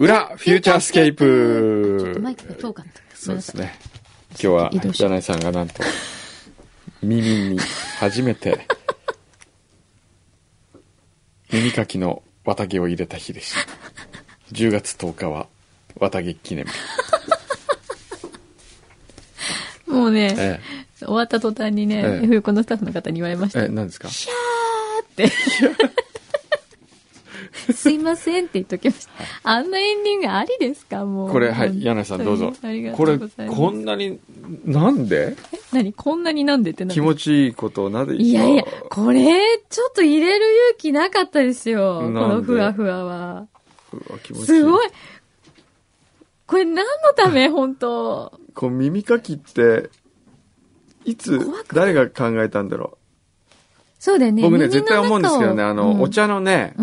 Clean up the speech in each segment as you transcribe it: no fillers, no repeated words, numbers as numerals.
裏フューチャースケープ。 ちょっとマイクが遠かった。 そうですね。今日は柳井さんがなんと耳に初めて耳かきの綿毛を入れた日でした。10月10日は綿毛記念日。 もうね、終わった途端にね、冬子のスタッフの方に言われました。 何ですか？ シャーってすいませんって言っときました。あんなエンディングありですか？もうこれ、はい、柳井さんどうぞ。 ありがとうございます。 これこんなになんで？ 何こんなになんでって気持ちいいことなぜ？ いやいや、これちょっと入れる勇気なかったですよ。このふわふわは。 気持ちいい。 すごい。これ何のため？本当。 こう耳かきっていつ誰が考えたんだろう。 そうだよね。 僕ね絶対思うんですけどね、お茶のね、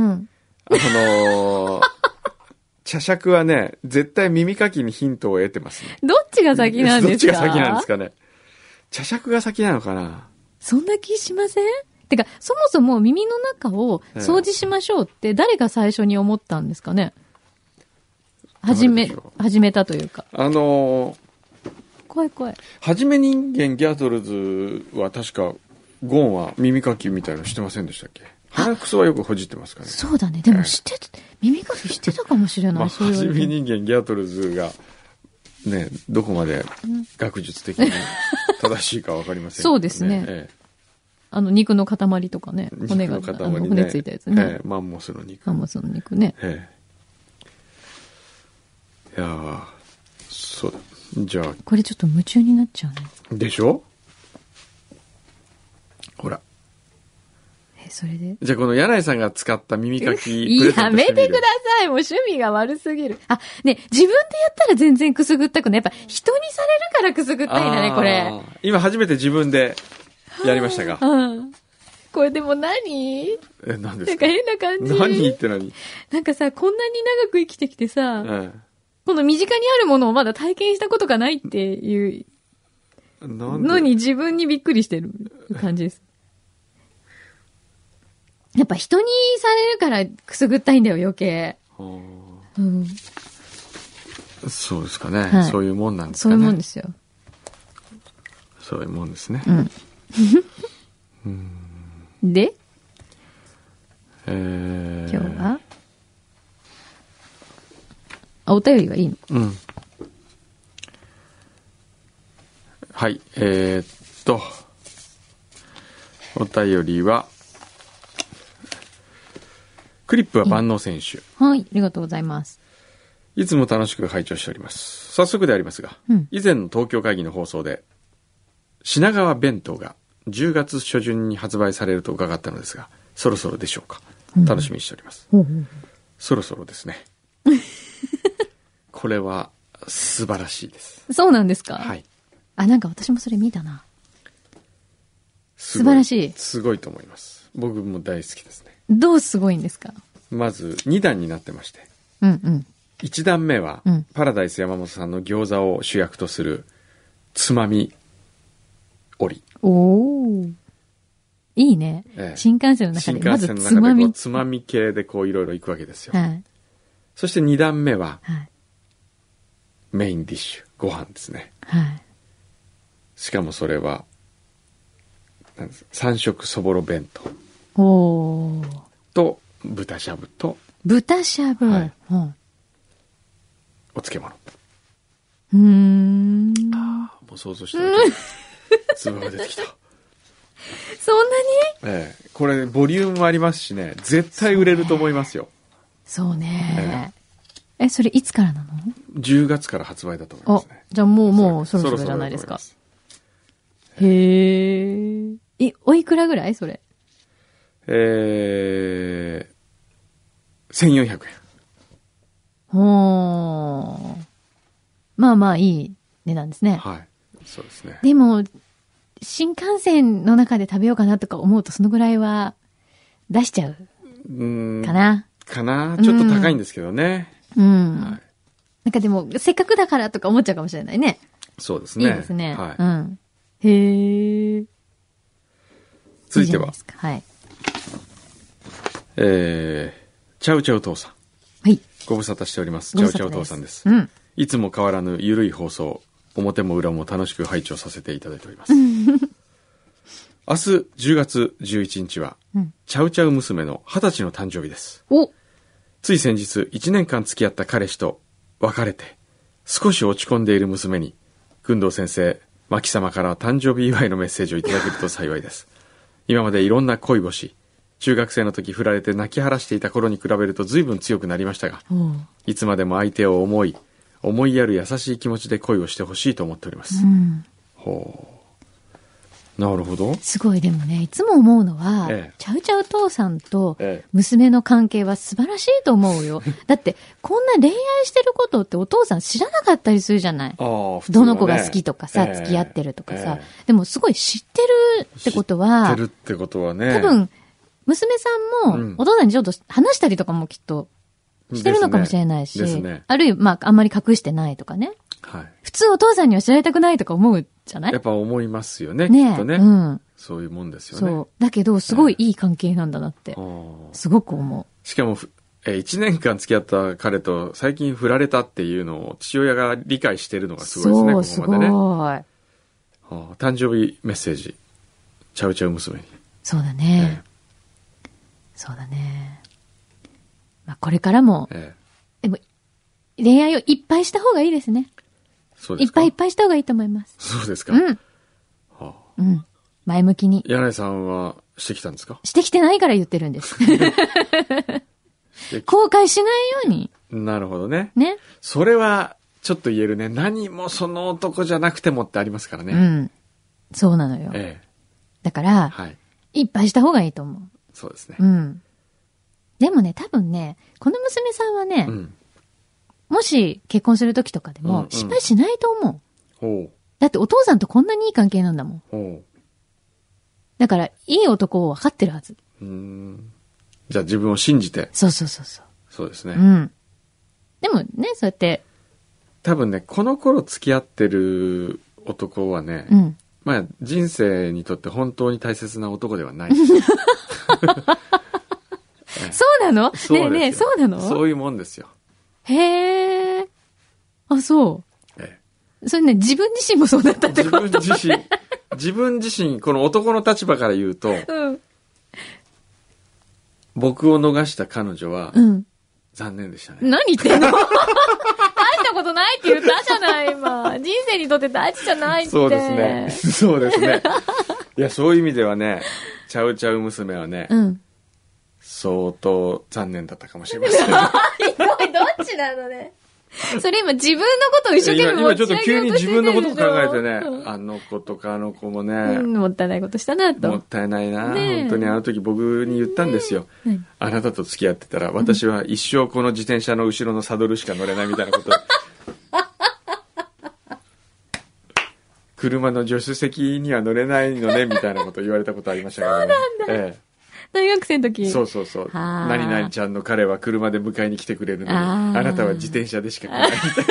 茶杓はね絶対耳かきにヒントを得てますね。 どっちが先なんですか？ どっちが先なんですかね。茶杓が先なのかな。 そんな気しません？てかそもそも耳の中を掃除しましょうって誰が最初に思ったんですかね。始めたというか。怖い。 はじめ人間ギャトルズは確かゴンは耳かきみたいのしてませんでしたっけ？鼻くそはよくほじってますかね。 そうだね。でも耳かきしてたかもしれない。 はじめ人間ギャトルズがねどこまで学術的に正しいかわかりませんけどね。 そうですね。肉の塊とかね、骨が骨ついたやつね。 マンモスの肉。 マンモスの肉ね。 いやそうだ。じゃあこれちょっと夢中になっちゃうね。 でしょ？ほら。 それでじゃあこの柳井さんが使った耳かきプレゼントしてみる。 やめてください。もう趣味が悪すぎる。あ、ね、自分でやったら全然くすぐったくない。やっぱ人にされるからくすぐったいんだね、これ。 今初めて自分でやりましたが。 これでも何？ 何ですか？ なんか変な感じ。 何って何？ なんかさ、こんなに長く生きてきてさ、この身近にあるものをまだ体験したことがないっていうのに自分にびっくりしてる感じです。やっぱ人にされるからくすぐったいんだよ、余計。 そうですかね、そういうもんなんですかね。 そういうもんですよ。 そういうもんですね。 で、 今日はお便りはいいの？ はい、お便りはクリップは万能選手。 はい、ありがとうございます。 いつも楽しく拝聴しております。早速でありますが、以前の東京会議の放送で品川弁当が10月初旬に発売されると伺ったのですが、そろそろでしょうか。楽しみにしております。そろそろですね。これは素晴らしいです。 そうなんですか？ はい。 なんか私もそれ見たな。素晴らしい。 すごいと思います。僕も大好きですね。 どうすごいんですか？まず2段になってまして。1段目は、パラダイス山本さんの餃子を主役とするつまみ折り。いいね。新幹線の中でまずつまみ系でこういろいろ行くわけですよ。そして2段目は、メインディッシュ、ご飯ですね。しかもそれは3色そぼろ弁当と豚しゃぶとお漬物。もう想像したら粒が出てきた。 そんなに？これボリュームもありますしね、絶対売れると思いますよ。 そうね。それいつからなの ？10月から発売だと思いますね。 じゃあもうそろそろじゃないですか。へえ。おいくらぐらいそれ ？1400円。 まあまあいい値段ですね。 はい。そうですね。 でも、新幹線の中で食べようかなとか思うとそのぐらいは出しちゃうかな。 ちょっと高いんですけどね。 なんかでも、せっかくだからとか思っちゃうかもしれないね。 そうですね。 いいですね。へえ。 続いては。 はい。 チャウチャウ父さん。 はい。 ご無沙汰しております。チャウチャウ父さんです。いつも変わらぬゆるい放送、表も裏も楽しく拝聴させていただいております。明日10月11日は、チャウチャウ娘の20歳の誕生日です。つい先日、1年間付き合った彼氏と別れて、少し落ち込んでいる娘に、工藤先生、マキ様から誕生日祝いのメッセージをいただけると幸いです。今までいろんな恋をし、中学生の時振られて泣き晴らしていた頃に比べると随分強くなりましたが、いつまでも相手を思いやる優しい気持ちで恋をしてほしいと思っております。ほう。なるほど。 すごい。でもね、いつも思うのは、チャウチャウ父さんと娘の関係は素晴らしいと思うよ。だってこんな恋愛してることってお父さん知らなかったりするじゃない。どの子が好きとかさ、付き合ってるとかさ、でもすごい知ってるってことは、 知ってるってことはね、 多分娘さんもお父さんにちょっと話したりとかもきっとしてるのかもしれないし、あるいはまああんまり隠してないとかね。はい、普通お父さんには知られたくないとか思うじゃない？ やっぱ思いますよね、きっとね。そういうもんですよね。そう。 だけど、すごいいい関係なんだなって、すごく思う。 しかも、1年間付き合った彼と最近振られたっていうのを父親が理解してるのがすごいですね、 そう、 ここまでね。 すごい。 誕生日メッセージ、チャウチャウ娘に。 そうだね。そうだね。まあ、これからも、でも、恋愛をいっぱいした方がいいですね。 そうですか。 いっぱいした方がいいと思います。 そうですか。 前向きに。 柳井さんはしてきたんですか？ してきてないから言ってるんです。後悔しないように。 なるほどね。 ね。 それは、ちょっと言えるね。何もその男じゃなくてもってありますからね。 そうなのよ。だから、いっぱいした方がいいと思う。 そうですね。 でもね、多分ね、この娘さんはね、もし結婚する時とかでも失敗しないと思う。だってお父さんとこんなにいい関係なんだもん。だから、いい男を分かってるはず。 じゃあ自分を信じて。 そう。 そうですね。 でもね、そうやって。 多分ね、この頃付き合ってる男はね、まあ人生にとって本当に大切な男ではない。 そうなの？ねえねえ、そうなの？ そういうもんですよ。 へー。あ、そう。それね、自分自身もそうだったってこと？ 自分自身、この男の立場から言うと、僕を逃した彼女は、残念でしたね。 何言ってんの？大したことないって言ったじゃない、今。人生にとって大事じゃないって。 そうですね。そうですね。いや、そういう意味ではね、チャウチャウ娘はね、相当残念だったかもしれません。ひどい、どっちなのね。それ今自分のことを一生懸命今ちょっと急に自分のことを考えてね、あの子とかあの子もね、 もったいないことしたなと。 もったいないな、本当にあの時僕に言ったんですよ。あなたと付き合ってたら私は一生この自転車の後ろのサドルしか乗れないみたいなこと。車の助手席には乗れないのねみたいなこと言われたことありましたからね。 そうなんだ。大学生の時。 そう。何々ちゃんの彼は車で迎えに来てくれるのに、あなたは自転車でしか来ないみたい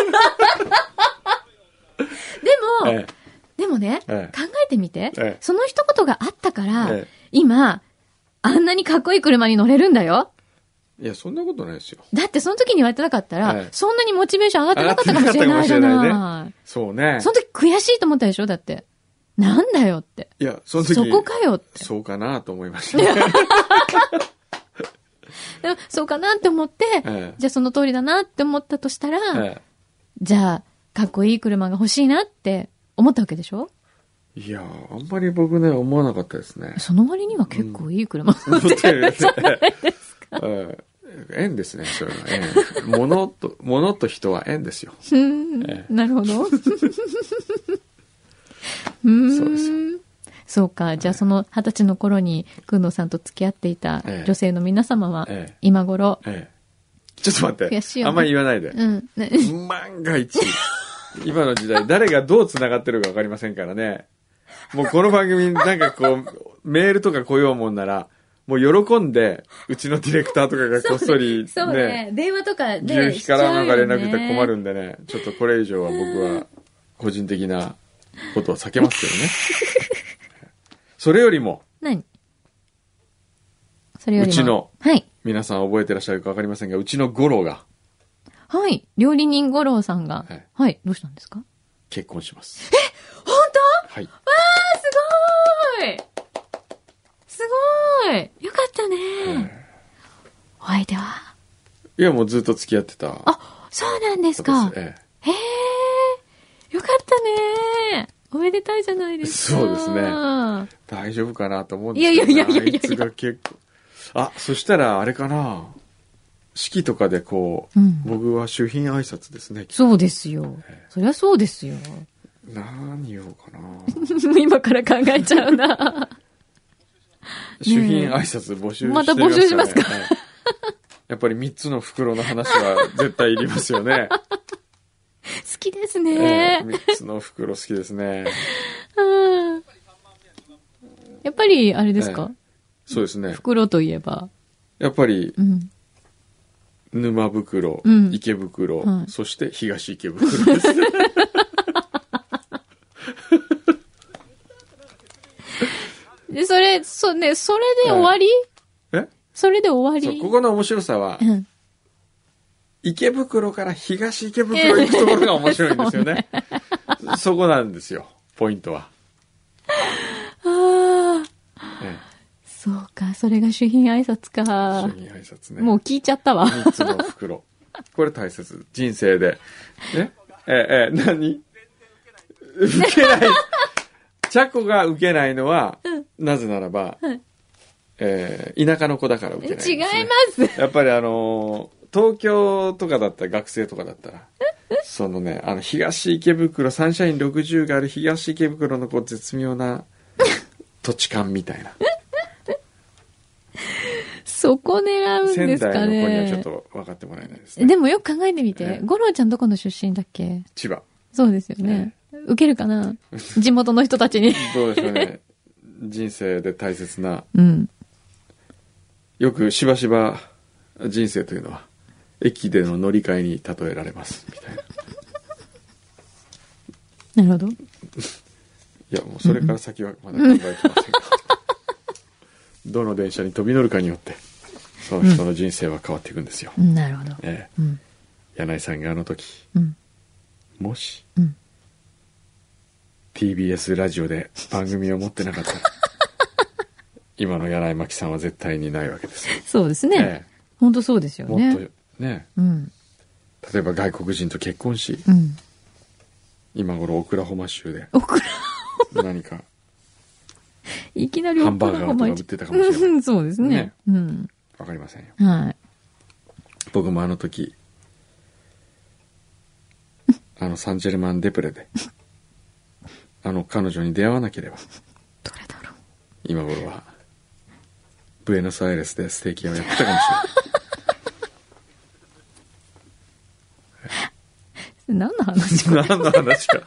な。でもね、考えてみて、その一言があったから、今、あんなにかっこいい車に乗れるんだよ。 いや、そんなことないですよ。 だってその時に言われてなかったら、そんなにモチベーション上がってなかったかもしれないじゃない。 そうね。 その時悔しいと思ったでしょ？だって。なんだよって。 いや、その時。 そこかよって。 そうかなと思いました、ね。 でもそうかなって思って、じゃあその通りだなって思ったとしたら、じゃあ、かっこいい車が欲しいなって思ったわけでしょ？いや、あんまり僕ね、思わなかったですね。 その割には結構いい車乗ってるじゃないですか。 縁ですね、それは。物と人は縁ですよ。 なるほど。そうですよ。そうか。じゃあその20歳の頃に工藤さんと付き合っていた女性の皆様は、今頃、 ちょっと待って。悔しいよね。あんまり言わないで。万が一、今の時代誰がどう繋がってるか分かりませんからね。もうこの番組なんかこう、メールとか来ようもんなら、もう喜んで、うちのディレクターとかがこっそりね、 そうね、電話とかね、 牛皮からなんか連絡来て困るんでね、ちょっとこれ以上は僕は個人的なことは避けますけどね。それよりも、 何？それよりも。 うちの、 はい。 皆さん覚えてらっしゃるか分かりませんが、うちの五郎が。 はい。料理人五郎さんが。はい。どうしたんですか？ 結婚します。 本当？ はい。 わー、すごいよかったね。お相手は？ いや、もうずっと付き合ってた。 あ、そうなんですか。へえ。よかったね。おめでたいじゃないですか。 そうですね。大丈夫かなと思うんですけど。いや。あいつが結構。あ、そしたらあれかな。式とかでこう、僕は主賓挨拶ですね。 そうですよ。そりゃそうですよ。 何言おうかな。 今から考えちゃうな。 主賓挨拶募集してまた募集しますか？ やっぱり3つの袋の話は絶対いりますよね。 好きですね。 3つの袋好きですね。 やっぱりあれですか？ そうですね。 袋といえば。 やっぱり、沼袋、池袋、そして東池袋です。 で、それで終わり？それで終わり？ そう、ここの面白さは、池袋から東池袋行くところが面白いんですよね。そこなんですよ、ポイントは。 そうか、それが主賓挨拶か。 主賓挨拶ね。 もう聞いちゃったわ。 3つの袋。これ大切。人生で。何？受けない。チャコが受けないのは、なぜならば、田舎の子だから受けないです、ね。 違います。 やっぱり東京とかだったら、学生とかだったら、そのね、東池袋、サンシャイン60がある東池袋のこう絶妙な土地勘みたいな。 そこ狙うんですかね。 仙台の子にはちょっと分かってもらえないですね。 でもよく考えてみて、五郎ちゃんどこの出身だっけ？ 千葉。 そうですよね。受けるかな？地元の人たちに。 どうでしょうね。人生で大切な。よくしばしば人生というのは、駅での乗り換えに例えられます、みたいな。なるほど。いや、もうそれから先はまだ考えてませんが。どの電車に飛び乗るかによって、その人の人生は変わっていくんですよ。 なるほど。 柳井さんがあの時、もし、TBS ラジオで番組を持ってなかったら、今の柳井真紀さんは絶対にないわけですよ。 そうですね。本当そうですよね。 もっとね、例えば外国人と結婚し、今頃オクラホマ州で何かいきなりハンバーガーとか売ってたかもしれない。 そうですね。 わかりませんよ。 はい。 僕もあの時、サンジェルマンデプレで、彼女に出会わなければ、 どれだろう。 今頃は、ブエノスアイレスでステーキ屋をやってたかもしれない。何の話か。 何の話か。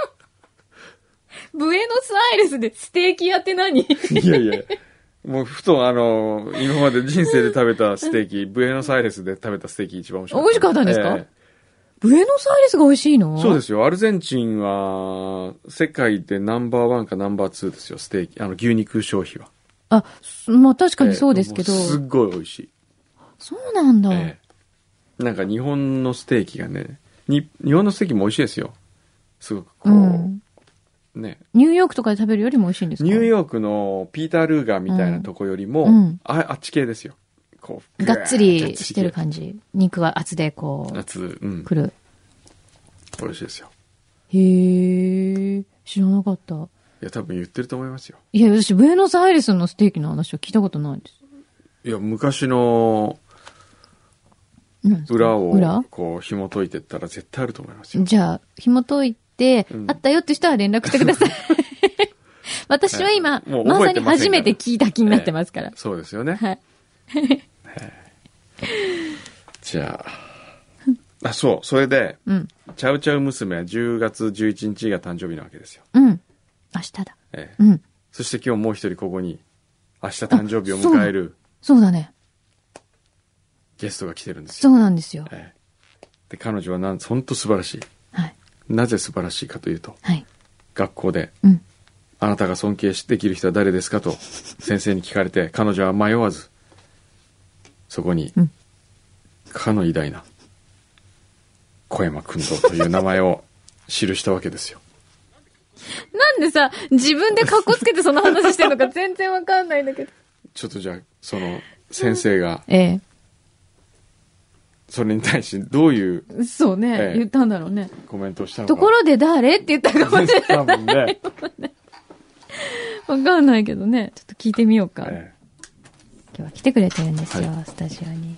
ブエノスアイレスでステーキ屋って何？いや。もうふと今まで人生で食べたステーキ、ブエノスアイレスで食べたステーキ一番美味しかった。 美味しかったんですか？ブエノスアイレスが美味しいの？ そうですよ。アルゼンチンは世界でナンバー1かナンバー2ですよ、ステーキ。牛肉消費は。 あ、まあ確かにそうですけど。 すっごい美味しい。 そうなんだ。 なんか日本のステーキがね、日本のステーキも美味しいですよ。すごくこう、ね。 ニューヨークとかで食べるよりも美味しいんですか？ ニューヨークのピーター・ルーガーみたいなとこよりも、あっち系ですよ。こうがっつりしてる感じ。肉は厚でこう、くる。 美味しいですよ。 へえ、知らなかった。いや、多分言ってると思いますよ。 いや、私、ブエノスアイレスのステーキの話は聞いたことないです。 いや、昔の裏をこう紐解いてったら絶対あると思いますよ。 じゃあ、紐解いて、あったよって人は連絡してください。私は今、まさに初めて聞いた気になってますから。 そうですよね。 はい。 じゃあ、それで、チャウチャウ娘は10月11日が誕生日なわけですよ。 明日だ。 そして今日もう一人ここに、明日誕生日を迎える。 そうだね。 ゲストが来てるんですよ。 そうなんですよ。 で、彼女は本当素晴らしい。なぜ素晴らしいかというと、学校で、あなたが尊敬できる人は誰ですかと先生に聞かれて、彼女は迷わず、 そこに、かの偉大な小山君堂という名前を記したわけですよ。 なんでさ、自分でカッコつけてその話してるのか全然わかんないんだけど。 ちょっとじゃあ、その先生が、それに対してどういう、 そうね、言ったんだろうね。 コメントをしたのか。 ところで誰って言ったかもしれない。 多分ね。 わかんないけどね。ちょっと聞いてみようか。今日は来てくれてるんですよ、スタジオに。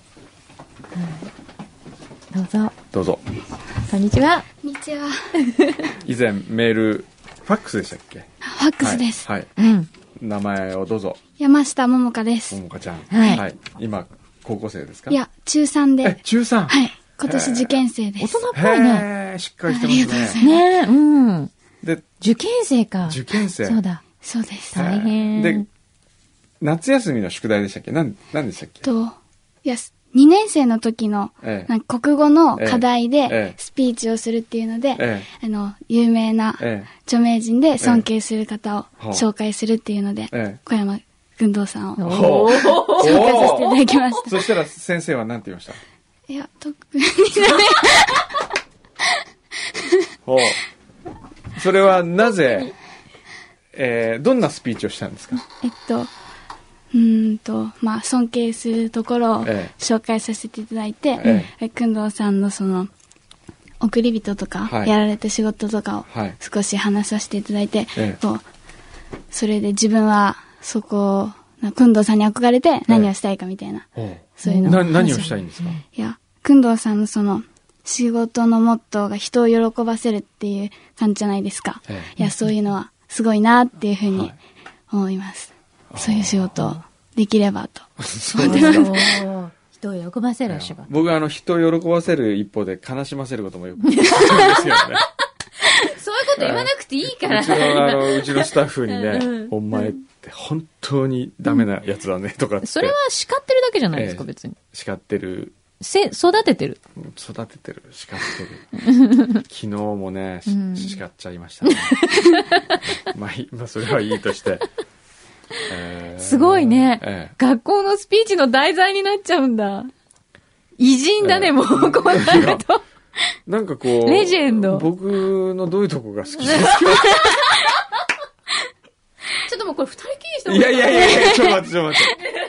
どうぞ。 どうぞ。 こんにちは。 こんにちは。 以前メール、ファックスでしたっけ？ ファックスです。 はい。名前をどうぞ。 山下桃香です。 桃香ちゃん。 はい。 今、高校生ですか？ いや、中3で。 中 3？ はい。今年受験生です。 大人っぽいね。 しっかりしてますね。ねで、 受験生か。 受験生。 そうだ。 そうです。 大変。 で、夏休みの宿題でしたっけ？何でしたっけ？ いや、2年生の時の、なんか国語の課題でスピーチをするっていうので、有名な著名人で尊敬する方を紹介するっていうので、小山軍堂さんを紹介させていただきました。 そしたら先生は何て言いました？ いや、特にそれはなぜ、どんなスピーチをしたんですか？ まあ、尊敬するところを紹介させていただいて、工藤さんのその、送り人とか、やられた仕事とかを少し話させていただいて、それで自分はそこを、工藤さんに憧れて何をしたいかみたいな、そういうのを。 何をしたいんですか？ いや、工藤さんのその、仕事のモットーが人を喜ばせるっていう感じじゃないですか。いや、そういうのはすごいなっていうふうに思います。そういう仕事をできればと。 そうですか。人を喜ばせる仕事。 僕は人を喜ばせる一方で悲しませることもよく言うんですよね。 そういうこと言わなくていいから。 うちのスタッフにね、お前って本当にダメなやつだねとかって。 それは叱ってるだけじゃないですか、別に。 叱ってる。 育ててる。 育ててる。叱ってる。昨日もね、叱っちゃいましたね。まあ、それはいいとして。 すごいね、学校のスピーチの題材になっちゃうんだ。偉人だね、もう、こうなると。 なんかこう、 レジェンド。 僕のどういうとこが好きですか？ ちょっともうこれ二人きりにしてもらいや、ちょっと待って。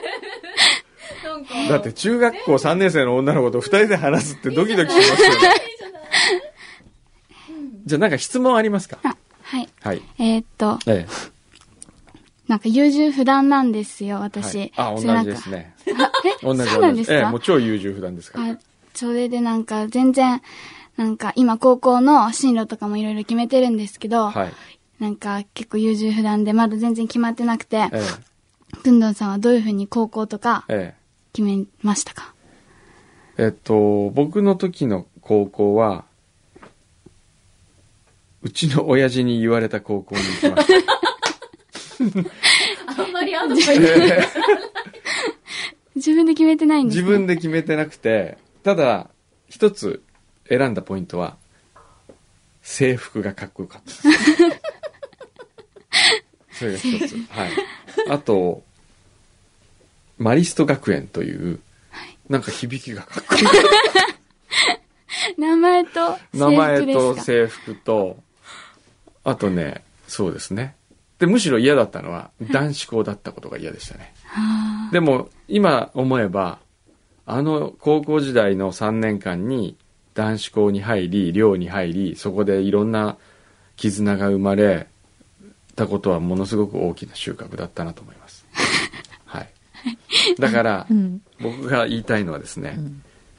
だって中学校3年生の女の子と2人で話すってドキドキしますよね。じゃあなんか質問ありますか？ はい。 はい。 なんか優柔不断なんですよ、私。 同じですね。 同じなんですか？ もう超優柔不断ですから。 それでなんか全然、なんか今高校の進路とかもいろいろ決めてるんですけど、なんか結構優柔不断でまだ全然決まってなくて、くんどんさんはどういうふうに高校とか決めましたか？ 僕の時の高校は、うちの親父に言われた高校に行きました。 あんまりアドバイス自分で決めてないんですか？ 自分で決めてなくて、ただ一つ選んだポイントは制服がかっこよかったです。それが一つ。あとマリスト学園という、なんか響きがかっこいい。 名前と制服と、あとね、そうですね。で、むしろ嫌だったのは男子校だったことが嫌でしたね。でも今思えば、高校時代の3年間に男子校に入り、寮に入り、そこでいろんな絆が生まれたことはものすごく大きな収穫だったなと思います。はい。だから、僕が言いたいのはですね、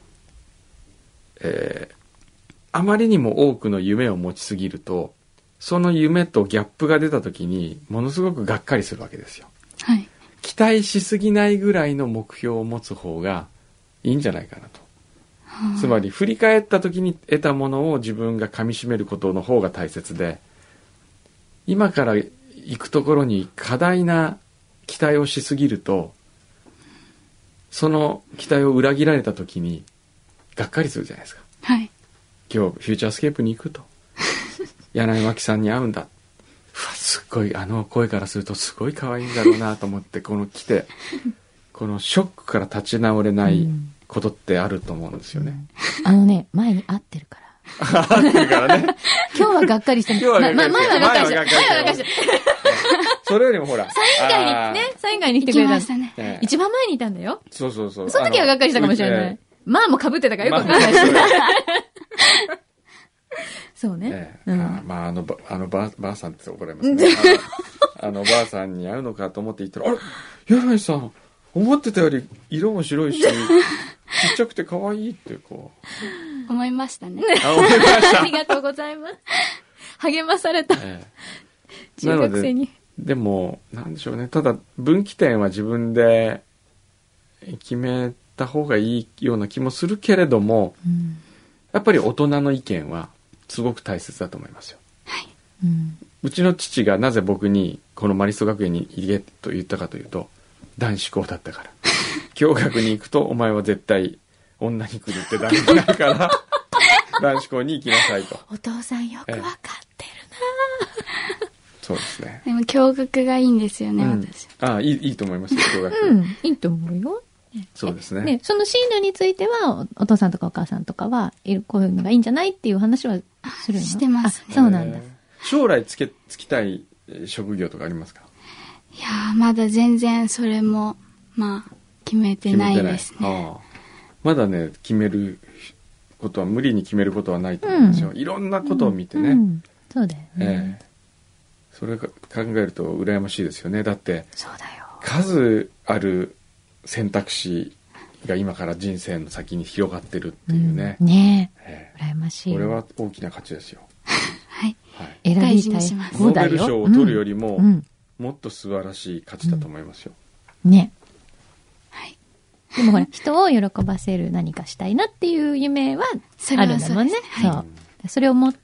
あまりにも多くの夢を持ちすぎると、その夢とギャップが出た時にものすごくがっかりするわけですよ。期待しすぎないぐらいの目標を持つ方がいいんじゃないかなと。つまり振り返った時に得たものを自分が噛み締めることの方が大切で、今から行くところに過大な期待をしすぎると、その期待を裏切られた時にがっかりするじゃないですか。今日フューチャースケープに行くと。柳巻さんに会うんだ。すっごい声からするとすごい可愛いんだろうなと思って来てこのショックから立ち直れないことってあると思うんですよね。 前に会ってるから。 会ってるからね。 今日はがっかりしてる。前はがっかりしてる。 それよりもほら。 サイン会に来てくれた。 来ましたね。 一番前にいたんだよ。 そう。 その時はがっかりしたかもしれない。まあもう被ってたからよくわかんないし。そうね。 まあばあさんって怒られますね。ばあさんに会うのかと思って言ったら、あれ柳井さん、思ってたより色も白いし、ちっちゃくて可愛いってこう。思いましたね。 思いました。 ありがとうございます。励まされた。中学生に。 でも、なんでしょうね。ただ、分岐点は自分で決めた方がいいような気もするけれども、やっぱり大人の意見はすごく大切だと思いますよ。 はい。 うちの父がなぜ僕にこのマリスト学園に入れと言ったかというと、男子校だったから。共学に行くとお前は絶対女に来るってダメになるから、男子校に行きなさいと。 お父さんよくわかってるなそうですね。 でも共学がいいんですよね、私。 いいと思いますよ、共学。 いいと思うよ。 そうですね。 その進路については、お父さんとかお母さんとかは、こういうのがいいんじゃないっていう話はするの？ してますね。 そうなんだ。 将来つきたい職業とかありますか？ いやー、まだ全然それも、決めてないですね。 まだね、無理に決めることはないと思うんですよ。いろんなことを見てね。 そうだよね。 それを考えると羨ましいですよね。だって、 そうだよ。 数ある選択肢が今から人生の先に広がってるっていうね。 羨ましい。 これは大きな価値ですよ。 はい。 選びたい。 ノーベル賞を取るよりも、もっと素晴らしい価値だと思いますよ。 ね。はい。でもほら、人を喜ばせる何かしたいなっていう夢はあるんだもんね。そう。それを持って、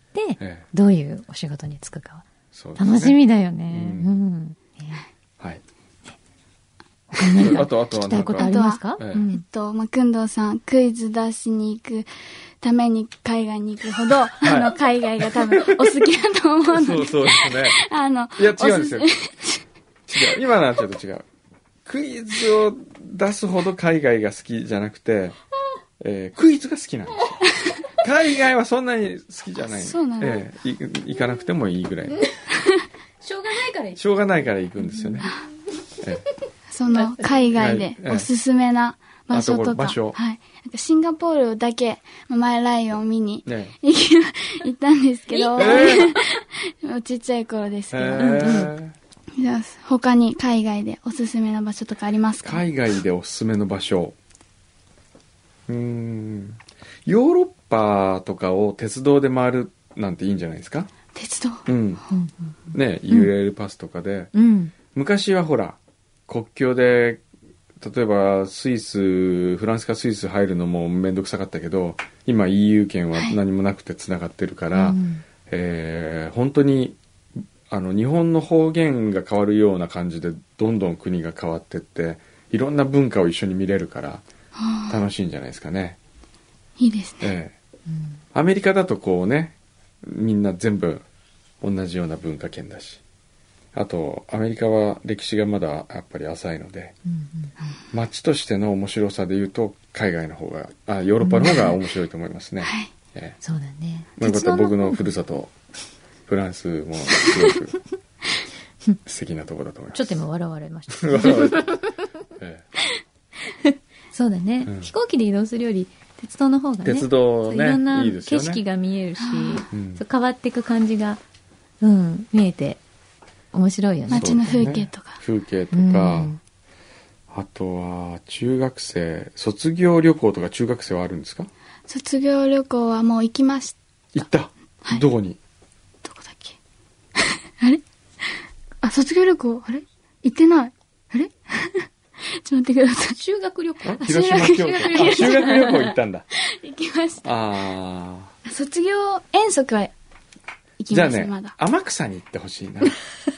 どういうお仕事に就くかは楽しみだよね。 はい。 あとは聞きたいことありますか？ くんどうさん、クイズ出しに行くために海外に行くほど、海外が多分お好きだと思うので。 そうですね。いや、違うんですよ。違う。今のはちょっと違う。クイズを出すほど海外が好きじゃなくて、クイズが好きなんですよ。海外はそんなに好きじゃない。 そうなんだ。 行かなくてもいいぐらい。 しょうがないから行く。 しょうがないから行くんですよね。 その海外でおすすめな場所とか、はい。シンガポールだけ前ライオンを見に行ったんですけど、ちっちゃい頃ですけど、じゃあ他に海外でおすすめの場所とかありますか？ 海外でおすすめの場所、ヨーロッパとかを鉄道で回るなんていいんじゃないですか？ 鉄道？ ね、UL パスとかで、昔はほら国境で例えばフランスかスイス入るのもめんどくさかったけど、今 EU 圏は何もなくてつながってるから、本当に日本の方言が変わるような感じでどんどん国が変わってって、いろんな文化を一緒に見れるから楽しいんじゃないですかね。 いいですね。 アメリカだとこうね、みんな全部同じような文化圏だし、あとアメリカは歴史がまだやっぱり浅いので、街としての面白さでいうと海外の方がヨーロッパの方が面白いと思いますね。 そうだね。 また僕のふるさとフランスもすごく素敵なところだと思います。 ちょっと今笑われました。そうだね、飛行機で移動するより鉄道の方がね、 鉄道ね、 いろんな景色が見えるし、変わっていく感じが、見えて面白いよね。 街の風景とか。 風景とか、あとは中学生、卒業旅行とか中学生はあるんですか？ 卒業旅行はもう行きました。 行った、どこに？ どこだっけあれ卒業旅行あれ行ってない。あれちょっと待ってください。 修学旅行？ 広島京都。修学旅行行ったんだ。 行きました。卒業遠足は行きました。 じゃあね、 まだ。 天草に行ってほしいな。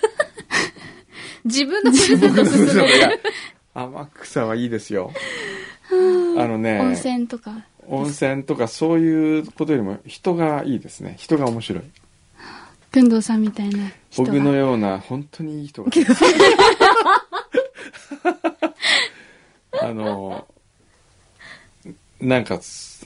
自分のふるさと進める。 天草はいいですよ。温泉とか。 温泉とかそういうことよりも人がいいですね。人が面白い。 くんどうさんみたいな人が。 僕のような本当にいい人が。 なんか、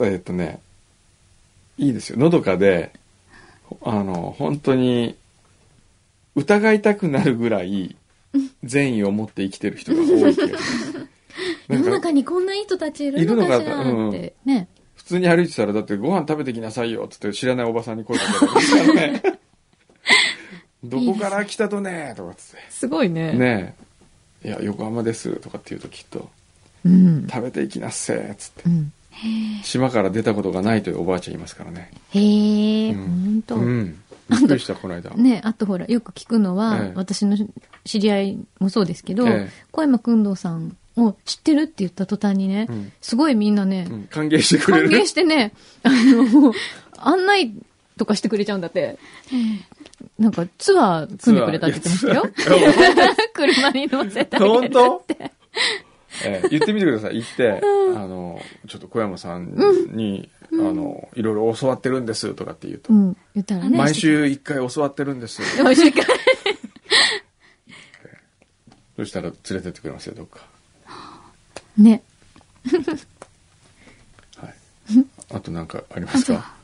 いいですよ。のどかで、本当に、疑いたくなるぐらい、善意を持って生きてる人が多い気がします。 世の中にこんないい人たちいるのかしらって、ね。 普通に歩いてたら、だってご飯食べてきなさいよって知らないおばさんに声かけられるからね。どこから来たとねとかって。 すごいね。 ねえ。いや、横浜ですとかって言うときっと、食べていきなっせーっつって、島から出たことがないというおばあちゃんいますからね。 へえ、ほんと。 びっくりした、この間。 ね、あとほら、よく聞くのは、私の知り合いもそうですけど、小山君堂さんを知ってるって言った途端にね、すごいみんなね、 歓迎してくれる。 歓迎してね、案内とかしてくれちゃうんだって。なんかツアー組んでくれたって言ってましたよ。車に乗せてあげるって。本当？ 言ってみてください。行って、ちょっと小山さんに、いろいろ教わってるんですとかって言うと。 言ったらね。 毎週1回教わってるんです。 毎週1回。 そしたら連れてってくれますよ、どっか。 ね。 はい。あとなんかありますか？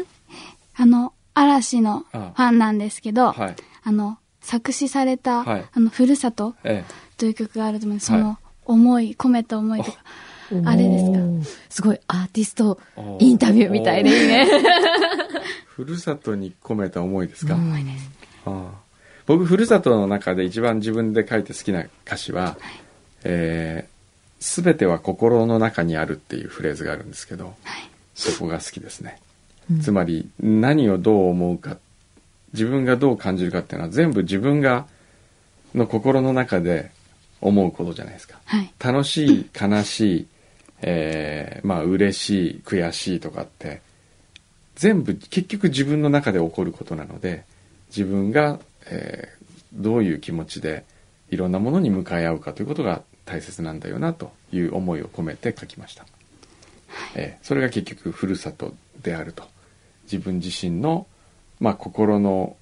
嵐のファンなんですけど、作詞された、ふるさとという曲があると思うんです。その思い、込めた思いとか、あれですか？ すごいアーティストインタビューみたいでいいね。 ふるさとに込めた思いですか？ 思いです。 僕、ふるさとの中で一番自分で書いて好きな歌詞は、すべては心の中にあるっていうフレーズがあるんですけど、そこが好きですね。つまり何をどう思うか、自分がどう感じるかっていうのは全部自分がの心の中で思うことじゃないですか。楽しい、悲しい、嬉しい、悔しいとかって全部結局自分の中で起こることなので、自分が、どういう気持ちでいろんなものに向かい合うかということが大切なんだよなという思いを込めて書きました。それが結局ふるさとであると。自分自身の、心の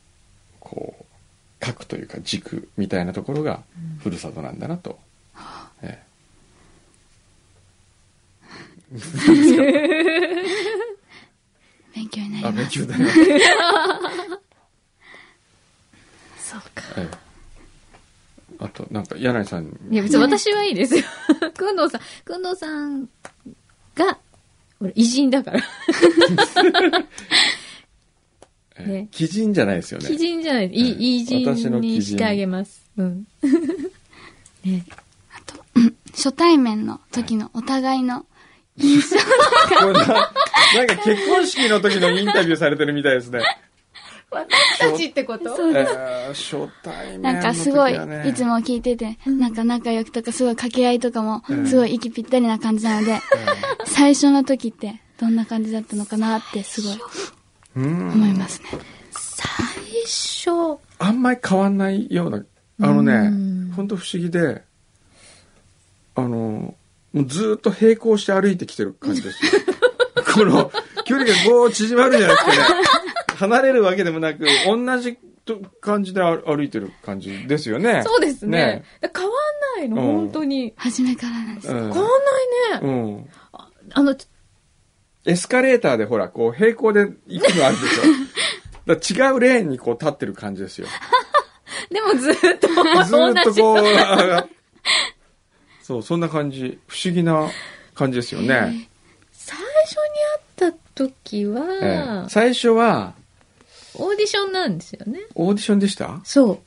核というか軸みたいなところがふるさとなんだなと。 勉強になります。 勉強になります。 そうか。 あとなんか柳井さん。 いや別に私はいいですよ。くんどうさんが偉人だから。 ね、奇人じゃないですよね。 奇人じゃないです。偉人にしてあげます。ね。 あと、初対面の時のお互いの印象なんか結婚式の時のインタビューされてるみたいですね。 私たちってこと？ そうです。初対面の時はね。 なんかすごい、いつも聞いてて、なんか仲良くとかすごい掛け合いとかも、すごい息ぴったりな感じなので、最初の時ってどんな感じだったのかなってすごい思いますね。 最初。 あんまり変わんないような、本当不思議で、もうずっと並行して歩いてきてる感じですよ。この距離が縮まるじゃなくてね、離れるわけでもなく、同じ感じで歩いてる感じですよね。 そうですね。変わんないの、本当に。 初めからなんです。変わんないね。 エスカレーターでほら、平行で行くのあるでしょ。違うレーンに立ってる感じですよ。 でもずっとそう、そんな感じ。不思議な感じですよね。 最初に会った時は、 最初は、 オーディションなんですよね。 オーディションでした？ そう。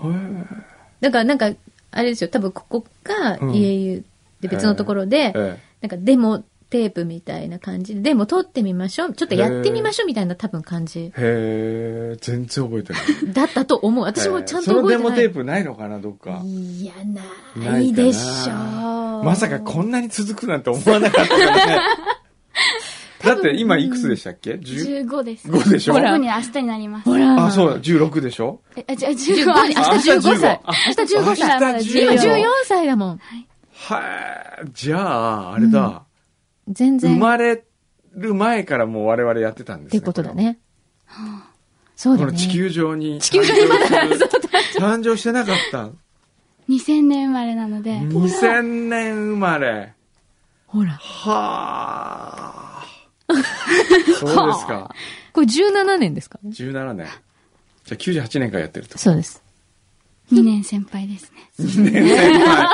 だからなんか、あれですよ、多分ここが家湯で別のところで、なんかデモテープみたいな感じで、デモ撮ってみましょう、ちょっとやってみましょうみたいな多分感じ。 全然覚えてない。 だったと思う。私もちゃんと覚えてない。 そのデモテープないのかな、どっか。 いや、ないでしょう。 まさかこんなに続くなんて思わなかったからね。だって今いくつでしたっけ？ 15 です。 5でしょ？ ほら。明日になります。 ほら。 そうだ、16でしょ？ じゃあ15。明日15歳。明日15歳。今14歳だもん。 はい。じゃあ、あれだ。 全然。 生まれる前からもう我々やってたんですね。 ってことだね。そうだね。 この地球上に。 まだ誕生してなかった。 2000年生まれなので。 2000年生まれ。 ほら。 はあ。そうですか。 これ17年ですか？ 17年。じゃあ98年からやってると。 そうです。 2年先輩ですね。 2年先輩。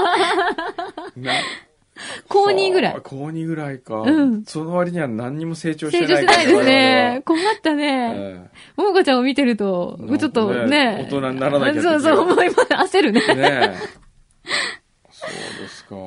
高2ぐらい。 高2ぐらいか。 うん。 その割には何にも成長してない。 成長しないですね。困ったね。ももかちゃんを見てると、ちょっとね。 大人にならなきゃ。 そうそう、思います。焦るね。 ねそうですか。 うん。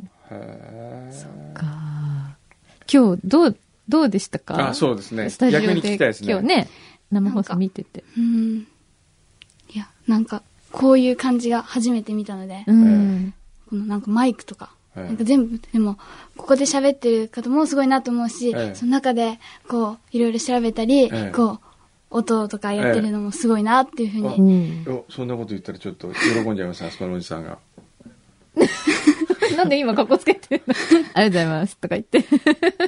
へそっか。今日、どうでしたか？ そうですね。 スタジオで逆に聞きたいですね。 今日ね、生放送見てて。 いや、なんか、こういう感じが初めて見たので、このなんかマイクとか、なんか全部、でも、ここで喋ってる方もすごいなと思うし、その中で、こう、いろいろ調べたり、こう、音とかやってるのもすごいなっていうふうに。 そんなこと言ったらちょっと喜んじゃいます、あそこのおじさんが。 なんで今カッコつけてるの？ありがとうございますとか言って。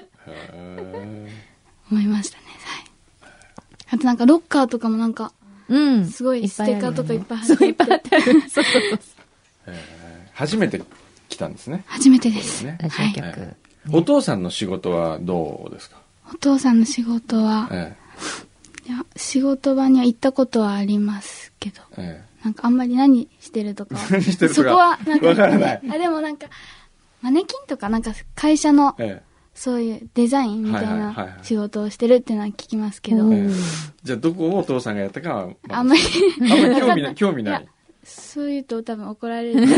思いましたね。はい。あとなんかロッカーとかもなんか、すごいステッカーとかいっぱい貼っていっぱい貼ってある。そう。 初めて来たんですね。 初めてです。 ラジオ局。 お父さんの仕事はどうですか？ お父さんの仕事は、いや、仕事場には行ったことはありますけど、なんかあんまり何してるとか、そこはなんか、 わからない。 でもなんか、マネキンとかなんか会社の、そういうデザインみたいな仕事をしてるっていうのは聞きますけど。 じゃあどこをお父さんがやったかは、 あんまり興味ない。 そう言うと多分怒られる。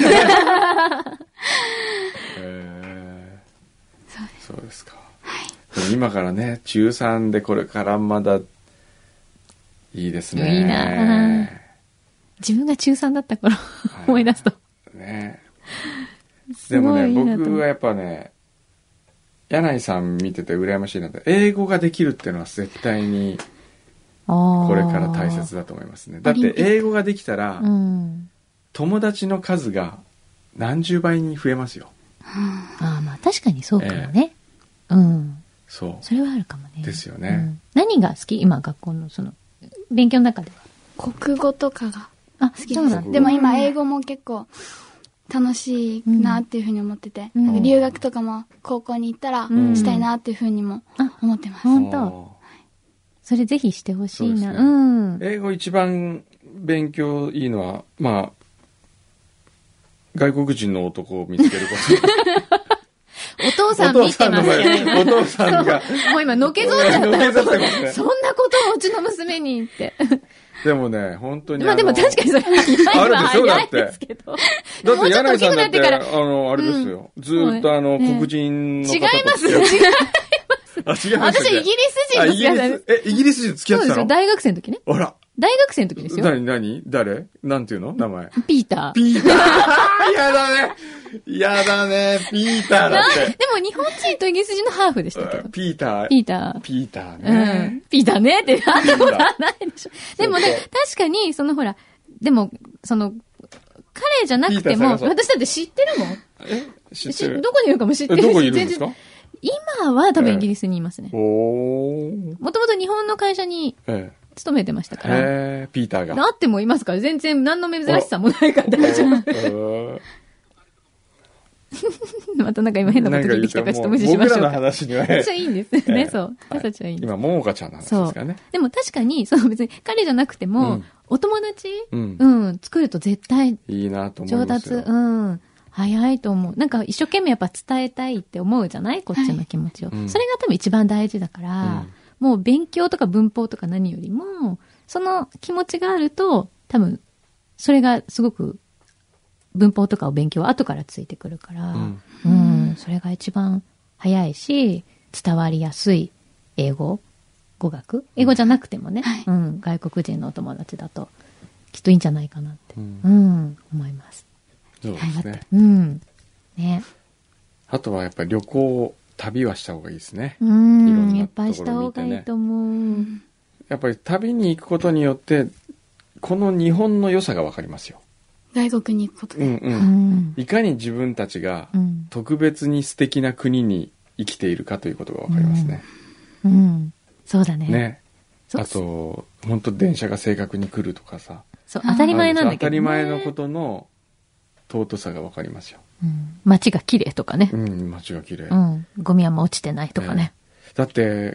そうですか。今からね、中3でこれからまだいいですね。 いいな。自分が中3だった頃思い出すと。 ね。でもね、僕はやっぱね、柳井さん見てて羨ましいなって、英語ができるっていうのは絶対にこれから大切だと思いますね。だって英語ができたら、友達の数が何十倍に増えますよ。 まあ確かにそうかもね。そう。それはあるかもね。 ですよね。 何が好き？今学校のその勉強の中では。国語とかが好きです。でも今英語も結構楽しいなっていうふうに思ってて、留学とかも高校に行ったらしたいなっていうふうにも思ってます。 本当。それぜひしてほしいな。 英語一番勉強いいのは、まあ、外国人の男を見つけること。 お父さん見てますけど。 お父さんが。 もう今、のけぞっちゃった。そんなことをうちの娘に言って。 でもね、本当に。 まあでも確かにそれ早いですけど。 だって柳井さんだって、あれですよ。ずっと黒人の方と。 違います。 違います。違います。 私イギリス人と付き合ってた。 イギリス人と付き合ってたの？そうですよ。 大学生の時ね。 あら。 大学生の時ですよ。 誰なんていうの名前。 ピーター。 やだね。ピーターだって。 でも日本人とイギリス人のハーフでしたけど。 ピーターね。 ピーターねって、あったことはないでしょ。でもね、確かに、ほら、でも、彼じゃなくても、私だって知ってるもん。 知ってる。 どこにいるかも知ってるし。 どこにいるんですか？ 今は多分イギリスにいますね。もともと日本の会社に、勤めてましたから。 ピーターが。 なってもいますから、全然何の珍しさもないから大丈夫。またなんか今変なこと聞いてきたからちょっと無視しましょうか。 僕らの話には私はいいんですね、そう。私たちはいいんです。 今、ももかちゃんの話ですからね。 でも確かに、別に彼じゃなくても、お友達作ると絶対、 いいなと思いますよ。 上達、早いと思う。なんか一生懸命やっぱ伝えたいって思うじゃない？こっちの気持ちを。それが多分一番大事だから、もう勉強とか文法とか何よりも、その気持ちがあると、多分、それがすごく、文法とかを勉強は後からついてくるから、それが一番早いし、伝わりやすい語学英語じゃなくてもね、外国人のお友達だと、きっといいんじゃないかなって、思います。 そうですね。 ね。 あとはやっぱり旅はした方がいいですね。 いっぱいした方がいいと思う。 やっぱり旅に行くことによって、この日本の良さがわかりますよ。 外国に行くことで。 いかに自分たちが特別に素敵な国に生きているかということがわかりますね。 そうだね。 ね。あと、本当電車が正確に来るとかさ。 そう、当たり前なんだけど、ね。 当たり前のことの、 尊さがわかりますよ。 街が綺麗とかね。 街が綺麗。 ゴミはもう落ちてないとかね。 だって、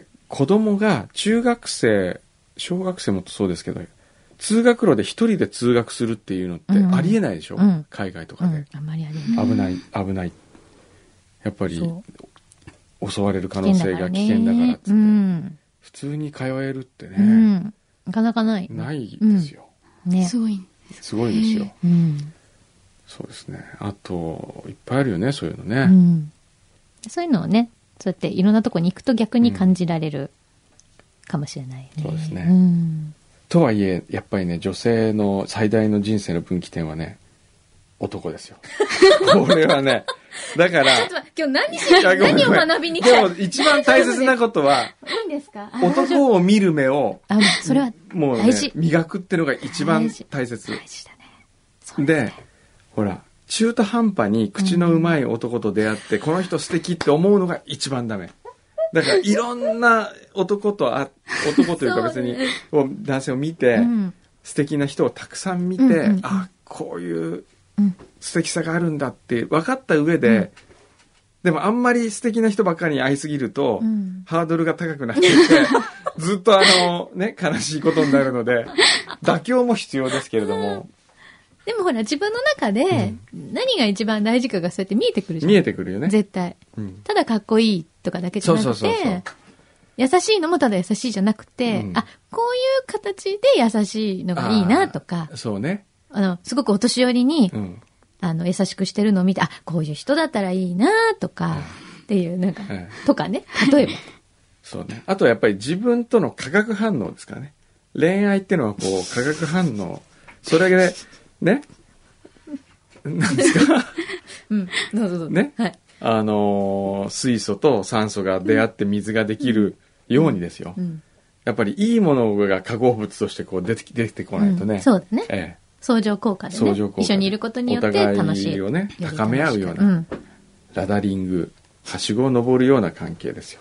子供が中学生、小学生もそうですけど、通学路で一人で通学するっていうのってありえないでしょ、海外とかで。 あんまりありえない。 危ない。やっぱり、襲われる可能性が危険だからっつって。普通に通えるってね。 なかなかない。 ないですよ。 ね。すごい。 すごいですよ。そうですね。あと、いっぱいあるよね、そういうのね。 そういうのをね、そうやっていろんなとこに行くと逆に感じられるかもしれないね。 そうですね。とはいえ、やっぱりね、女性の最大の人生の分岐点はね、男ですよ。これはね、だから。 今日何を学びに来た？ でも一番大切なことは、 いいんですか？ 男を見る目を、 それはもうね、磨くっていうのが一番大切。 大事だね。 で、ほら、中途半端に口のうまい男と出会って、この人素敵って思うのが一番ダメ。だからいろんな男というか別に男性を見て、素敵な人をたくさん見て、あ、こういう素敵さがあるんだって分かった上で、でもあんまり素敵な人ばっかりに会いすぎると、ハードルが高くなっていって、ずっとね、悲しいことになるので、妥協も必要ですけれども。 でもほら、自分の中で何が一番大事かがそうやって見えてくるじゃん。 見えてくるよね。 絶対。ただかっこいいとかだけじゃなくて、優しいのもただ優しいじゃなくて、あ、こういう形で優しいのがいいなとか、 そうね。 すごくお年寄りに、優しくしてるのを見て、あ、こういう人だったらいいなとか、っていう、なんか、とかね、例えば。 そうね。あとはやっぱり自分との化学反応ですからね。恋愛っていうのはこう、化学反応。それで、ね。何ですかどうぞ。 ね。はい。水素と酸素が出会って水ができるようにですよ。やっぱりいいものが化合物としてこう出てこないとね。 そうだね。相乗効果でね。一緒にいることによって楽しい。 お互いをね、高め合うような、ラダリング、はしごを登るような関係ですよ。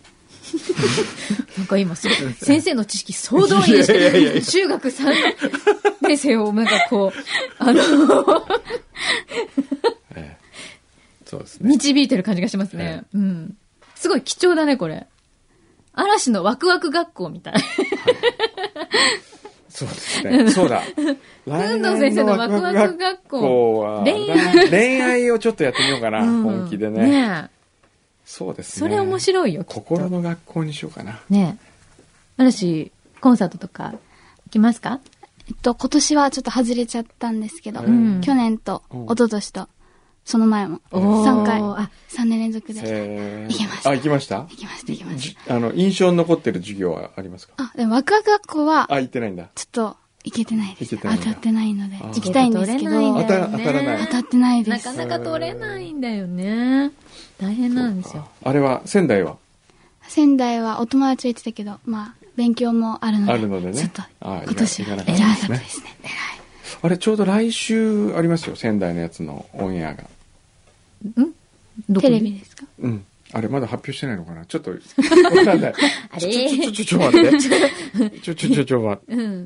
なんか今すごい、先生の知識総動員して、中学3年生をなんかこう、 そうですね。 導いてる感じがしますね。すごい貴重だね、これ。嵐のワクワク学校みたい。 そうですね。そうだ。 運動先生のワクワク学校は恋愛をちょっとやってみようかな、本気でね。そうですね。 それ面白いよ。 心の学校にしようかな。 ねえ。嵐、コンサートとか行きますか？ 今年はちょっと外れちゃったんですけど、去年と一昨年とその前も3回、3年連続で行きました。 行きました？ 行きました。 印象に残ってる授業はありますか？ でもワクワク学校は、 行ってないんだ。 ちょっと行けてないです。当たってないので、行きたいんですけど、 当たらない。 当たってないです。 なかなか取れないんだよね。大変なんですよ。 あれは、仙台はお友達は言ってたけど、まあ、勉強もあるので、ちょっと、今年は偉かったですね。 あれ、ちょうど来週ありますよ、仙台のやつのオンエアが。 テレビですか？ あれ、まだ発表してないのかな？ちょっと、わかんない。 あれちょ待って。ちょ待って。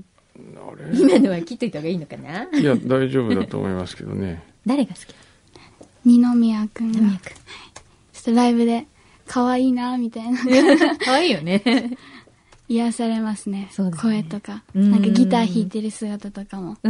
今のは切っといた方がいいのかな？ いや、大丈夫だと思いますけどね。 誰が好き？ 二宮くんが。ちょっとライブで、可愛いな、みたいな。 可愛いよね。 癒されますね。声とか。なんかギター弾いてる姿とかも。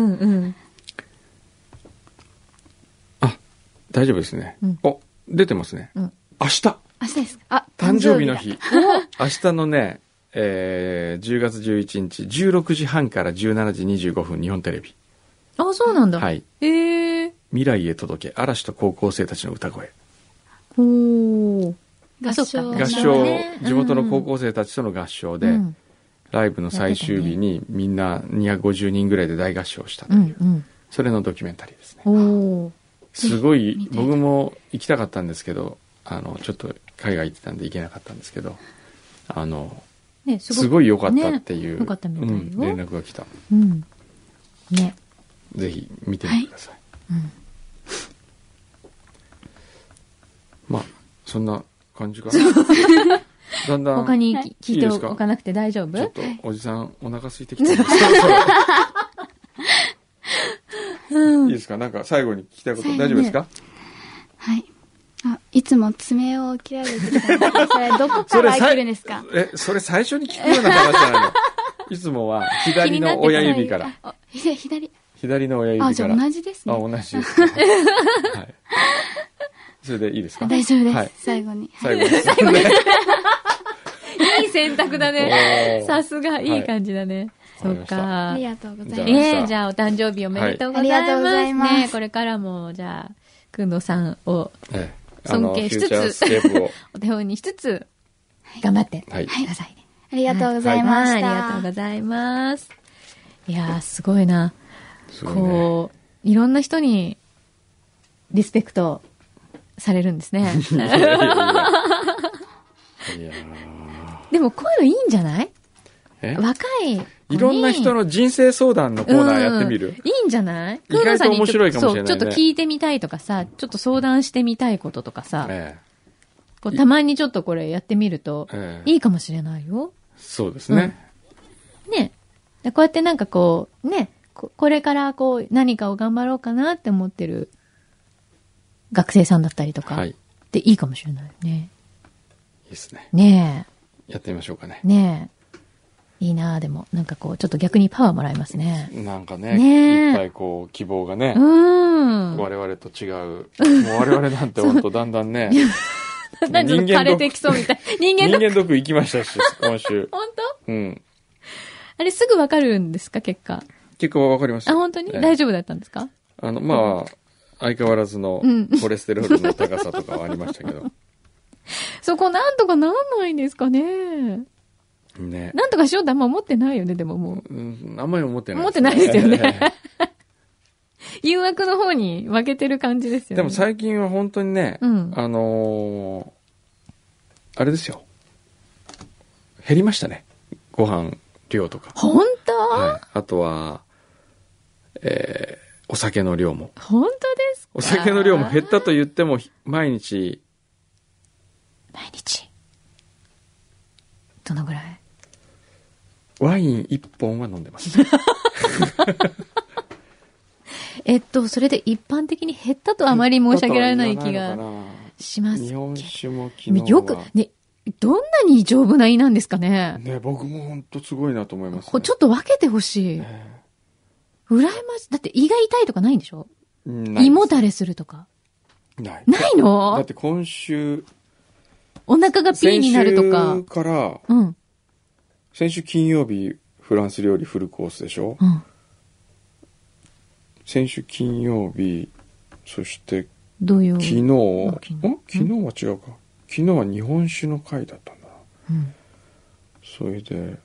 大丈夫ですね。出てますね。明日ですか？ 誕生日の日。明日のね、10月11日、16時半から17時25分、日本テレビ。 あ、そうなんだ。 はい。未来へ届け、嵐と高校生たちの歌声。 合唱、地元の高校生たちとの合唱で、ライブの最終日にみんな250人ぐらいで大合唱したという、それのドキュメンタリーですね。すごい、僕も行きたかったんですけど、ちょっと海外行ってたんで行けなかったんですけど、すごい良かったっていう、連絡が来た。 ね。 ぜひ見てみてください。まあ、そんな感じかな。だんだん。 他に聞いておかなくて大丈夫？ ちょっと、おじさん、お腹空いてきたんですけど。 いいですか？なんか最後に聞きたいこと大丈夫ですか？ はい。いつも爪を切られてたのそれどこから来るんですか？ それ最初に聞くような話じゃないの？いつもは左の親指から。左の親指から。 じゃあ同じですね。 同じです。はい。それでいいですか？ 大丈夫です。はい、最後に。 最後に。 いい選択だね。さすが、いい感じだね。そっか。 ありがとうございます。 じゃあ、お誕生日おめでとうございます。ありがとうございます。これからも、じゃあ、くんどさんを尊敬しつつ、お手本にしつつ、頑張ってくださいね。 ありがとうございました。 ありがとうございます。いやー、すごいな。こう、いろんな人にリスペクトされるんですね。でもこういうのいいんじゃない？若いいろんな人の人生相談のコーナーやってみる？ いいんじゃない？ 意外と面白いかもしれないね。 そう、ちょっと聞いてみたいとかさ、ちょっと相談してみたいこととかさ、こうたまにちょっとこれやってみるといいかもしれないよ。 そうですね。 ね。こうやってなんかこう、ね、これからこう何かを頑張ろうかなって思ってる学生さんだったりとか、でいいかもしれないよね。 いいですね。 ねえ。やってみましょうかね。 ねえ。いいなぁ、でも、なんかこう、ちょっと逆にパワーもらえますね。 なんかね、いっぱいこう、希望がね、我々と違う。もう我々なんて本当だんだんね、 何人間枯れてきそうみたい。 人間ドック行きましたし、今週。 本当？ うん。 あれすぐわかるんですか、結果？ 結果はわかりました。 本当に？大丈夫だったんですか？ まあ、相変わらずのコレステロールの高さとかはありましたけど。 そこなんとかなんないんですかね。 ね。 なんとかしようってあんま思ってないよね、でももう。 あんまり思ってない、 思ってないですよね。誘惑の方に負けてる感じですよね。 でも最近は本当にね、あれですよ。減りましたね。ご飯量とか。 本当？ はい。あとは、お酒の量も。 本当ですか？ お酒の量も減ったと言っても、毎日。 どのぐらい？ ワイン1本は飲んでます。 それで一般的に減ったとあまり申し上げられない気がします。 日本酒も昨日はよく、ね、どんなに丈夫な胃なんですかね。 ね、僕も本当すごいなと思います、 ね。ちょっと分けてほしい。羨ましい。だって胃が痛いとかないんでしょ？胃もたれするとか。ないの？ だって今週、 お腹がピーになるとか。 先週から、先週金曜日、フランス料理フルコースでしょ？先週金曜日、そして昨日は違うか。昨日は日本酒の会だったんだな。それで、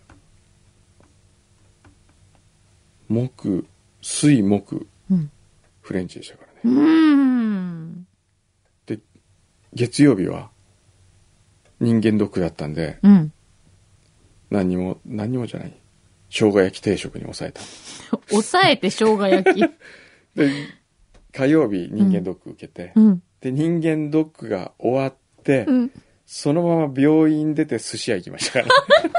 水木、フレンチでしたからね。で、月曜日は人間ドックだったんで、何にもじゃない。生姜焼き定食に抑えた。 抑えて生姜焼き。 で、火曜日人間ドック受けて、で、人間ドックが終わって、そのまま病院出て寿司屋行きましたから。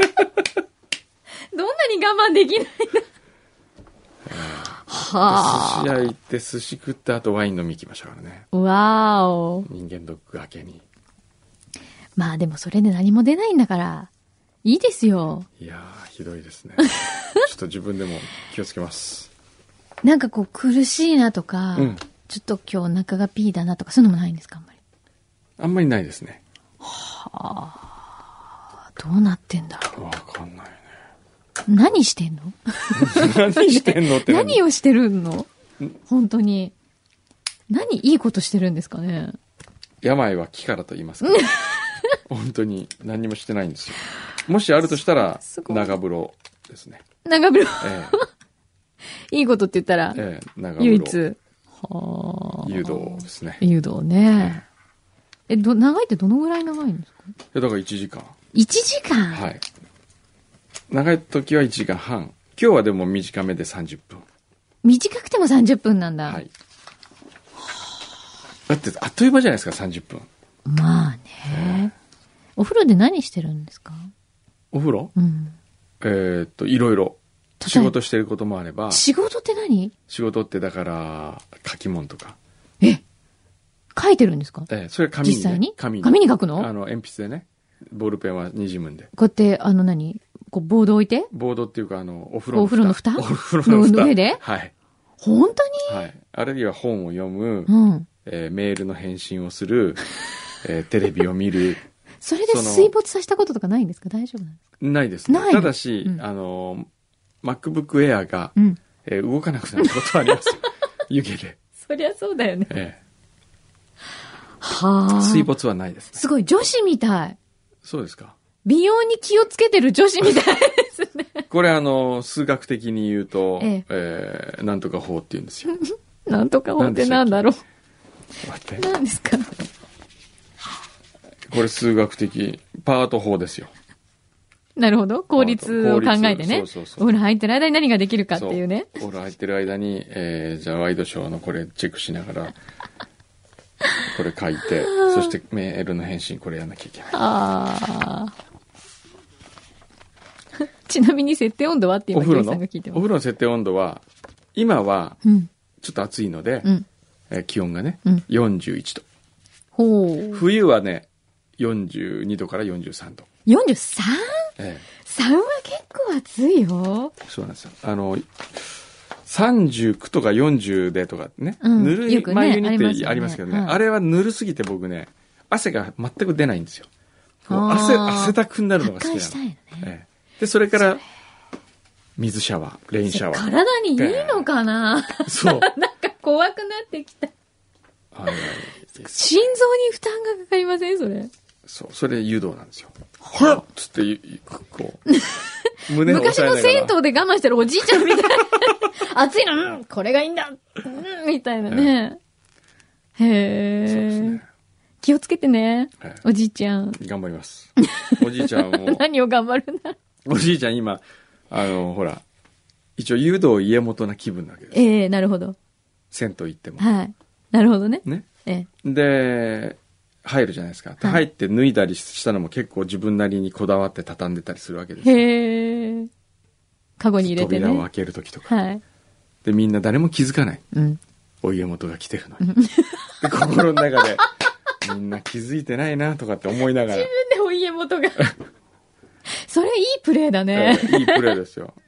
どんなに我慢できないんだ。 はあ。寿司屋行って寿司食った後ワイン飲み行きましたからね。 わーお。 人間ドック明けに。 まあでもそれで何も出ないんだから、いいですよ。 いやー、ひどいですね。ちょっと自分でも気をつけます。 なんかこう苦しいなとか、ちょっと今日お腹がピーだなとかそういうのもないんですか？あんまり。 あんまりないですね。 はあ、どうなってんだろう。 わかんないね。 何してんの？ 何してんのって何をしてるの？本当に。いいことしてるんですかね？ 病は気からと言いますか、ね。本当に何もしてないんですよ。もしあるとしたら、長風呂ですね。 長風呂、いいことって言ったら、 長風呂。 唯一。 誘導ですね。 誘導ね。長いってどのぐらい長いんですか？ だから1時間。 1時間？ はい。長い時は1時間半。今日はでも短めで30分。 短くても30分なんだ。 はい。だってあっという間じゃないですか、30分。 まあね。お風呂で何してるんですか？ お風呂？いろいろ。 仕事してることもあれば。 仕事って何？ 仕事ってだから、書き物とか。 書いてるんですか？ それ紙に、ね。 実際に紙に書くの？ 鉛筆でね。ボールペンは二次文で。 こうやって、こう、ボード置いて？ ボードっていうか、お風呂の蓋？ お風呂の蓋。 の上で？ はい。 本当に？ はい。あるいは本を読む、メールの返信をする、テレビを見る。 それで水没させたこととかないんですか？大丈夫なんですか？ ないですね。ただし、MacBook Air が、動かなくなることはありますよ。湯気で。 そりゃそうだよね。 はあ。水没はないですね。 すごい、女子みたい。 そうですか。 美容に気をつけてる女子みたいですね。 これ数学的に言うと、なんとか法って言うんですよ。 なんとか法ってなんだろう。 待って。 何ですか？ これ数学的、パート法ですよ。 なるほど。効率を考えてね。お風呂入ってる間に何ができるかっていうね。 お風呂入ってる間に、じゃあワイドショーのこれチェックしながら、これ書いて、そしてメールの返信これやんなきゃいけない。 ちなみに設定温度はって今、ジョイさんが聞いてます。 お風呂の設定温度は、今は、ちょっと暑いので、気温がね、41度。冬はね、42度から43度。 43？ 3は結構暑いよ。 そうなんですよ。39とか40でとかね、ぬるい眉にってありますけどね、あれはぬるすぎて僕ね、汗が全く出ないんですよ。汗だくになるのが好きなの。で、それから、水シャワー、レインシャワー。 体にいいのかな？ そう。 なんか怖くなってきた。心臓に負担がかかりません？それ。 そう、それ湯道なんですよ。はっつって、こう、胸を押さえながら。昔の銭湯で我慢してるおじいちゃんみたいな。暑いの、これがいいんだ、みたいなね。へえ。気をつけてね、おじいちゃん。 頑張ります。おじいちゃんも。 何を頑張るんだ。 おじいちゃん今、ほら、一応湯道家元な気分なわけです。 なるほど。 銭湯行っても。 はい。なるほどね。 ね。で、入るじゃないですか。入って脱いだりしたのも結構自分なりにこだわって畳んでたりするわけですよ。 へえ。カゴに入れてね。 扉を開けるときとか。はい。で、みんな誰も気づかない。お家元が来てるのに。で、心の中で、みんな気づいてないなとかって思いながら。 自分でお家元が。それいいプレーだね。 いいプレーですよ。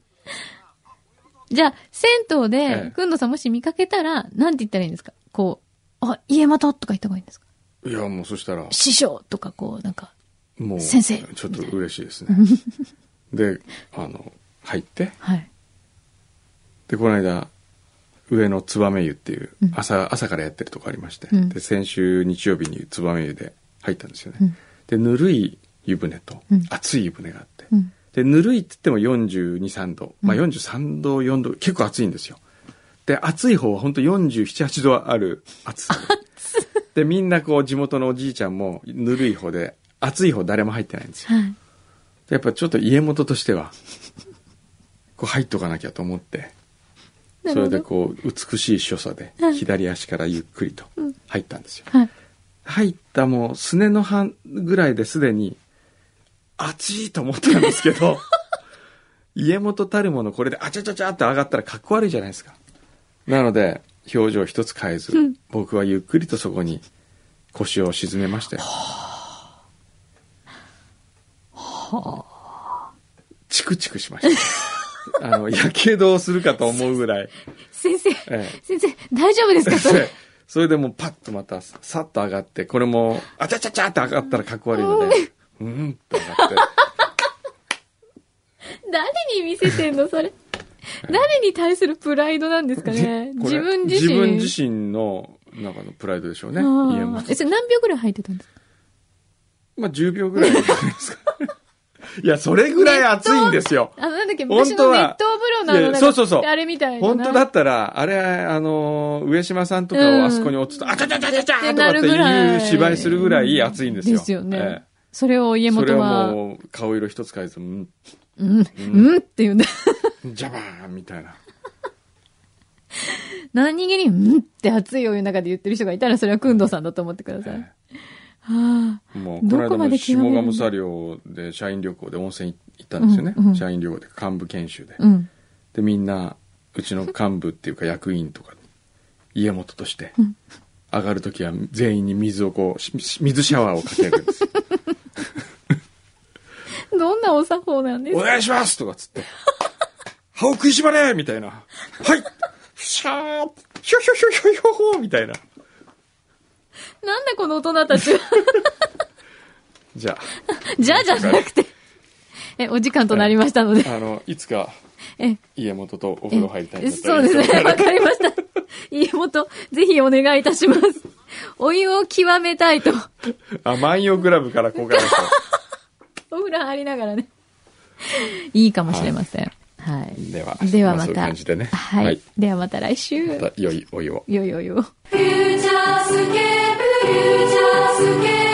じゃあ、銭湯で、くんどさんもし見かけたら、なんて言ったらいいんですか？こう、家元とか言った方がいいんですか？いや、もうそしたら。 師匠とか、こう、なんか、 もう、 先生。 ちょっと嬉しいですね。で、入って。 はい。 で、この間、上の燕湯っていう、朝からやってるとこありまして。で、先週日曜日に燕湯で入ったんですよね。で、ぬるい湯船と、熱い湯船があって。で、ぬるいって言っても42、3度。まあ43度、4度、結構暑いんですよ。で、暑い方は本当47、8度ある暑さ。で、みんなこう地元のおじいちゃんもぬるい方で、暑い方誰も入ってないんですよ。やっぱちょっと家元としては、こう入っとかなきゃと思って、それでこう美しい所作で左足からゆっくりと入ったんですよ。入ったもうすねの半ぐらいですでに暑いと思ったんですけど、家元たるものこれであちゃちゃちゃって上がったらかっこ悪いじゃないですか。なので表情一つ変えず、僕はゆっくりとそこに腰を沈めましたよ。チクチクしました。やけどをするかと思うぐらい。 先生、先生、大丈夫ですか？ それでもうパッとまたさっと上がって、これもあちゃちゃちゃって上がったらかっこ悪いので、って上がって。 誰に見せてんのそれ。誰に対するプライドなんですかね。自分自身の中のプライドでしょうね。 それ何秒ぐらい入ってたんですか？ まあ10秒ぐらいじゃないですか。いや、それぐらい暑いんですよ。 なんだっけ、昔の熱湯風呂のそう。 あれみたいな。 本当だったら、あれ、上島さんとかをあそこに落ちて、あちゃちゃちゃちゃちゃとかっていう芝居するぐらい暑いんですよ。 ですよね。それを家元は。 それをもう、顔色一つ変えず、 って言うんだ。 ジャバーンみたいな。 何気に、って熱いお湯の中で言ってる人がいたら、それはくんどさんだと思ってください。 もう、この間も下鴨砂陵で社員旅行で温泉行ったんですよね、うんうん、社員旅行で幹部研修で、うん、でみんなうちの幹部っていうか役員とか家元として上がるときは全員に水をこう水シャワーをかけるんですよどんなお作法なんですか。 お願いしますとかつって歯を食いしばれみたいなはいシャーひょひょひょひょひょほみたいななんだこの大人たちはじゃなくてお時間となりましたので、 いつか家元とお風呂入りたいんだったらそうですね、わかりました家元ぜひお願いいたします。お湯を極めたいと万葉グラブから交換したお風呂入りながらねいいかもしれません。はい。 ではまた、そういう感じでね。はい。はい、ではまた来週。 また良いお湯を。 良いお湯を。 フューチャースケープ